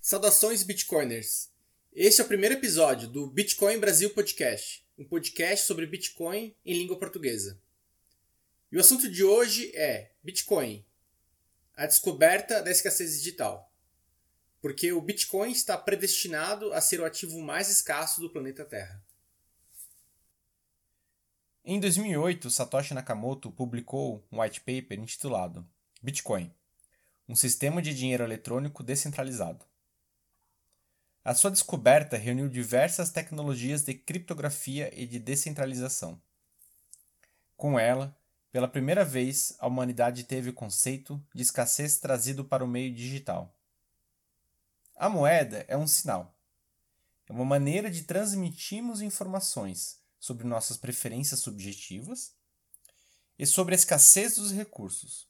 Saudações Bitcoiners! Este é o primeiro episódio do Bitcoin Brasil Podcast, um podcast sobre Bitcoin em língua portuguesa. E o assunto de hoje é Bitcoin, a descoberta da escassez digital. Porque o Bitcoin está predestinado a ser o ativo mais escasso do planeta Terra. Em 2008, Satoshi Nakamoto publicou um white paper intitulado Bitcoin, um sistema de dinheiro eletrônico descentralizado. A sua descoberta reuniu diversas tecnologias de criptografia e de descentralização. Com ela, pela primeira vez, a humanidade teve o conceito de escassez trazido para o meio digital. A moeda é um sinal. É uma maneira de transmitirmos informações sobre nossas preferências subjetivas e sobre a escassez dos recursos.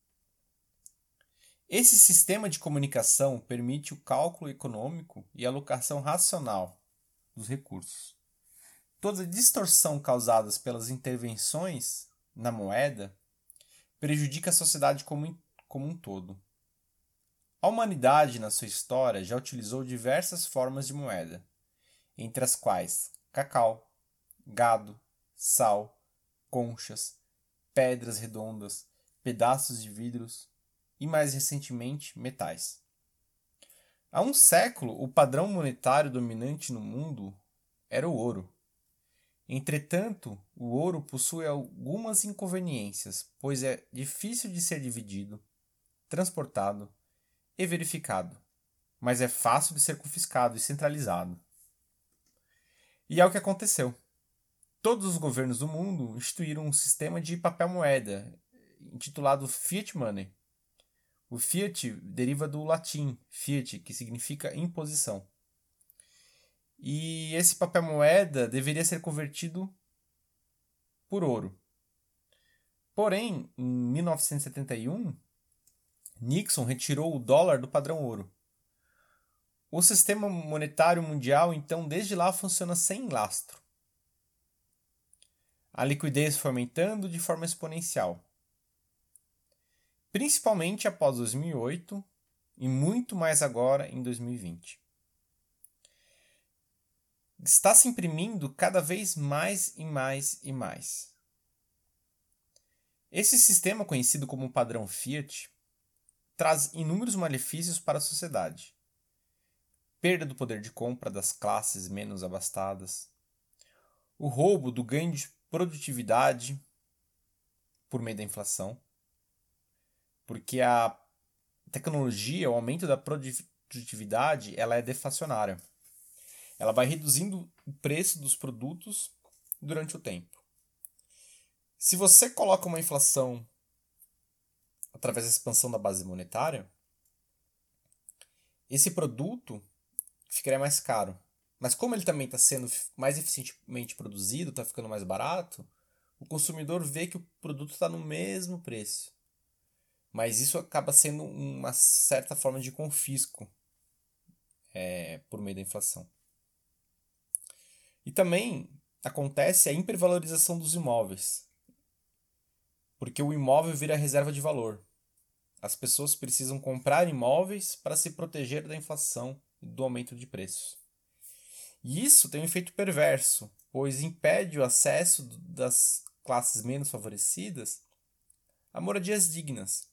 Esse sistema de comunicação permite o cálculo econômico e a alocação racional dos recursos. Toda distorção causada pelas intervenções na moeda prejudica a sociedade como um todo. A humanidade, na sua história, já utilizou diversas formas de moeda, entre as quais cacau, gado, sal, conchas, pedras redondas, pedaços de vidros e, mais recentemente, metais. Há um século, o padrão monetário dominante no mundo era o ouro. Entretanto, o ouro possui algumas inconveniências, pois é difícil de ser dividido, transportado e verificado, mas é fácil de ser confiscado e centralizado. E é o que aconteceu. Todos os governos do mundo instituíram um sistema de papel-moeda, intitulado Fiat Money. O fiat deriva do latim fiat, que significa imposição. E esse papel-moeda deveria ser convertido por ouro. Porém, em 1971, Nixon retirou o dólar do padrão ouro. O sistema monetário mundial, então, desde lá funciona sem lastro. A liquidez foi aumentando de forma exponencial, principalmente após 2008 e muito mais agora em 2020. Está se imprimindo cada vez mais e mais e mais. Esse sistema, conhecido como padrão Fiat, traz inúmeros malefícios para a sociedade. Perda do poder de compra das classes menos abastadas, o roubo do ganho de produtividade por meio da inflação, porque a tecnologia, o aumento da produtividade, ela é deflacionária. Ela vai reduzindo o preço dos produtos durante o tempo. Se você coloca uma inflação através da expansão da base monetária, esse produto ficaria mais caro. Mas como ele também está sendo mais eficientemente produzido, está ficando mais barato, o consumidor vê que o produto está no mesmo preço. Mas isso acaba sendo uma certa forma de confisco por meio da inflação. E também acontece a hipervalorização dos imóveis, porque o imóvel vira reserva de valor. As pessoas precisam comprar imóveis para se proteger da inflação e do aumento de preços. E isso tem um efeito perverso, pois impede o acesso das classes menos favorecidas a moradias dignas.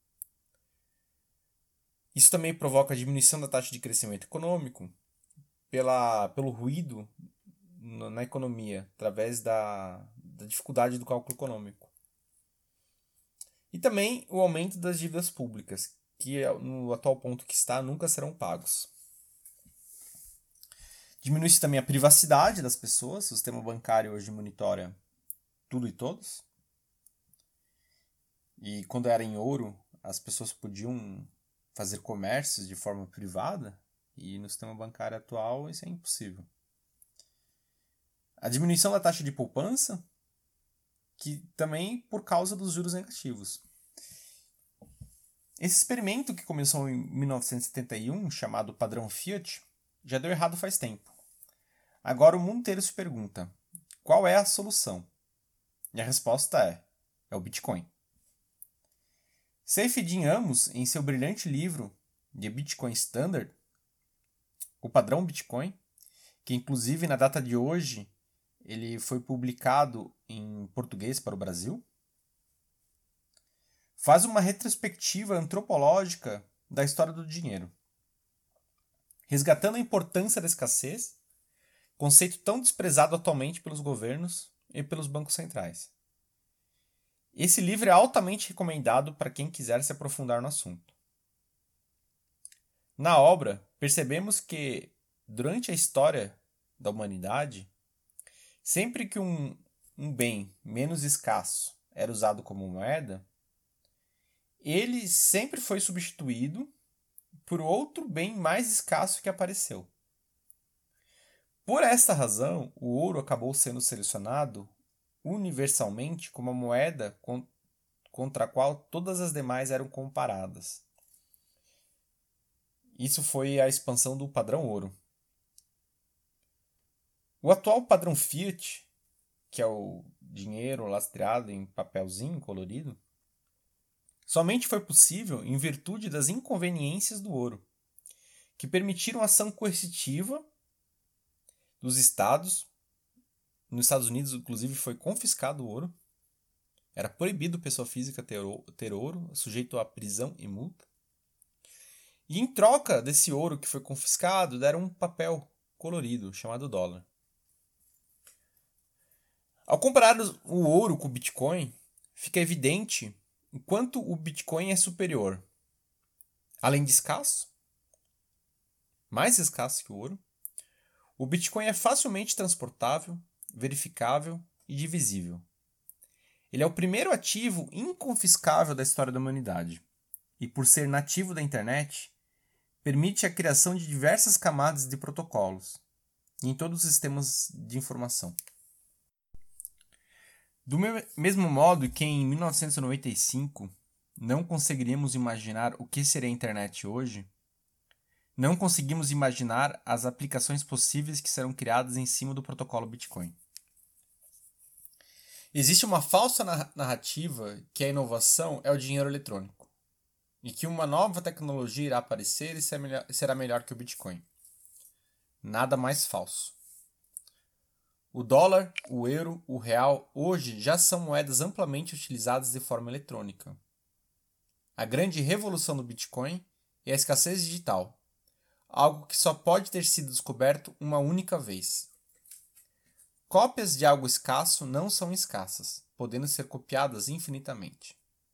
Isso também provoca a diminuição da taxa de crescimento econômico pelo ruído na economia, através da dificuldade do cálculo econômico. E também o aumento das dívidas públicas, que no atual ponto que está, nunca serão pagos. Diminui-se também a privacidade das pessoas, o sistema bancário hoje monitora tudo e todos. E quando era em ouro, as pessoas podiam fazer comércios de forma privada, e no sistema bancário atual isso é impossível. A diminuição da taxa de poupança, que também por causa dos juros negativos. Esse experimento que começou em 1971, chamado padrão Fiat, já deu errado faz tempo. Agora o mundo inteiro se pergunta, qual é a solução? E a resposta é o Bitcoin. Saifedean Ammous, em seu brilhante livro The Bitcoin Standard, o padrão Bitcoin, que inclusive na data de hoje ele foi publicado em português para o Brasil, faz uma retrospectiva antropológica da história do dinheiro, resgatando a importância da escassez, conceito tão desprezado atualmente pelos governos e pelos bancos centrais. Esse livro é altamente recomendado para quem quiser se aprofundar no assunto. Na obra, percebemos que, durante a história da humanidade, sempre que um bem menos escasso era usado como moeda, ele sempre foi substituído por outro bem mais escasso que apareceu. Por esta razão, o ouro acabou sendo selecionado universalmente como a moeda contra a qual todas as demais eram comparadas. Isso foi a expansão do padrão ouro. O atual padrão Fiat, que é o dinheiro lastreado em papelzinho colorido, somente foi possível em virtude das inconveniências do ouro, que permitiram a ação coercitiva dos estados. Nos Estados Unidos, inclusive, foi confiscado o ouro. Era proibido pessoa física ter ouro, sujeito a prisão e multa. E em troca desse ouro que foi confiscado, deram um papel colorido chamado dólar. Ao comparar o ouro com o Bitcoin, fica evidente o quanto o Bitcoin é superior. Além de escasso, mais escasso que o ouro, o Bitcoin é facilmente transportável, verificável e divisível. Ele é o primeiro ativo inconfiscável da história da humanidade e, por ser nativo da internet, permite a criação de diversas camadas de protocolos em todos os sistemas de informação. Do mesmo modo que em 1995 não conseguiríamos imaginar o que seria a internet hoje, não conseguimos imaginar as aplicações possíveis que serão criadas em cima do protocolo Bitcoin. Existe uma falsa narrativa que a inovação é o dinheiro eletrônico e que uma nova tecnologia irá aparecer e será melhor que o Bitcoin. Nada mais falso. O dólar, o euro, o real hoje já são moedas amplamente utilizadas de forma eletrônica. A grande revolução do Bitcoin é a escassez digital, algo que só pode ter sido descoberto uma única vez. Cópias de algo escasso não são escassas, podendo ser copiadas infinitamente.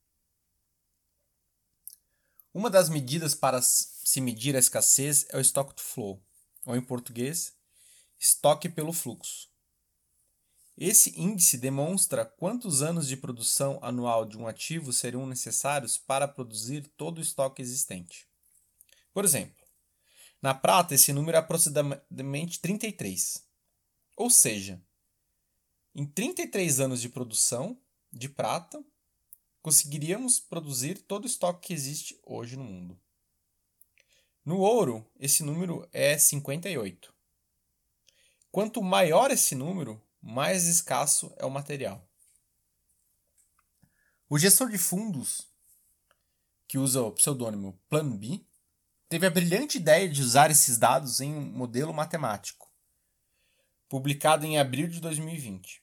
Uma das medidas para se medir a escassez é o stock to flow, ou em português, estoque pelo fluxo. Esse índice demonstra quantos anos de produção anual de um ativo seriam necessários para produzir todo o estoque existente. Por exemplo, na prata esse número é aproximadamente 33. Ou seja, em 33 anos de produção de prata, conseguiríamos produzir todo o estoque que existe hoje no mundo. No ouro, esse número é 58. Quanto maior esse número, mais escasso é o material. O gestor de fundos, que usa o pseudônimo Plan B, teve a brilhante ideia de usar esses dados em um modelo matemático, publicado em abril de 2020.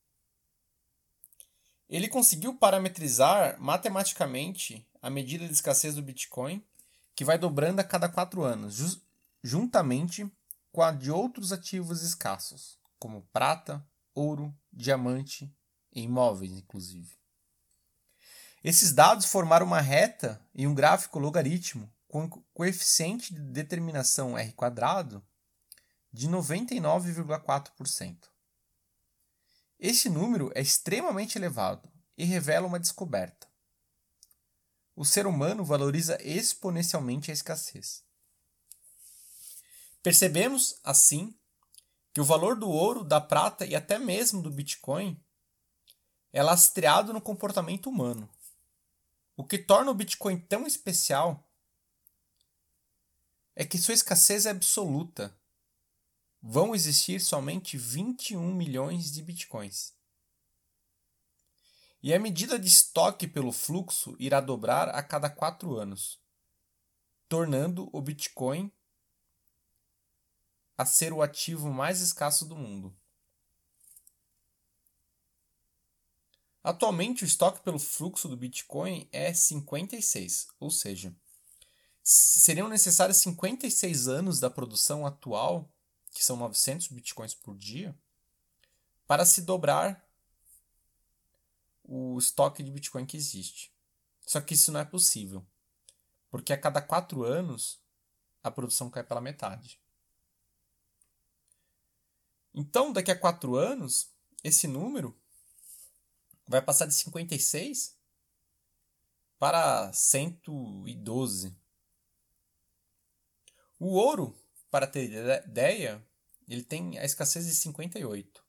Ele conseguiu parametrizar matematicamente a medida de escassez do Bitcoin, que vai dobrando a cada 4 anos, juntamente com a de outros ativos escassos, como prata, ouro, diamante e imóveis, inclusive. Esses dados formaram uma reta e um gráfico logaritmo com coeficiente de determinação R² de 99,4%. Este número é extremamente elevado e revela uma descoberta. O ser humano valoriza exponencialmente a escassez. Percebemos, assim, que o valor do ouro, da prata e até mesmo do Bitcoin é lastreado no comportamento humano. O que torna o Bitcoin tão especial é que sua escassez é absoluta. Vão existir somente 21 milhões de Bitcoins. E a medida de estoque pelo fluxo irá dobrar a cada 4 anos, tornando o Bitcoin a ser o ativo mais escasso do mundo. Atualmente, o estoque pelo fluxo do Bitcoin é 56, ou seja, seriam necessários 56 anos da produção atual, que são 900 Bitcoins por dia, para se dobrar o estoque de Bitcoin que existe. Só que isso não é possível, porque a cada 4 anos a produção cai pela metade. Então, daqui a 4 anos, esse número vai passar de 56 para 112. O ouro, para ter ideia, ele tem a escassez de 58.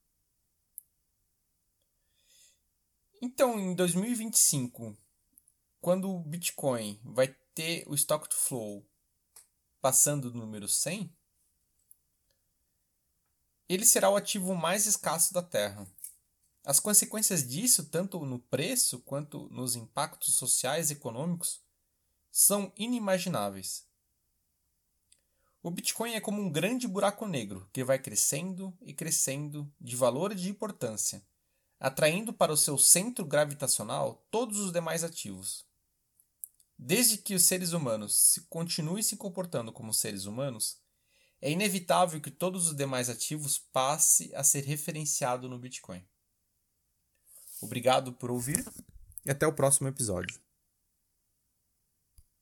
Então, em 2025, quando o Bitcoin vai ter o stock to flow passando do número 100, ele será o ativo mais escasso da Terra. As consequências disso, tanto no preço quanto nos impactos sociais e econômicos, são inimagináveis. O Bitcoin é como um grande buraco negro que vai crescendo e crescendo de valor e de importância, atraindo para o seu centro gravitacional todos os demais ativos. Desde que os seres humanos continuem se comportando como seres humanos, é inevitável que todos os demais ativos passem a ser referenciados no Bitcoin. Obrigado por ouvir e até o próximo episódio.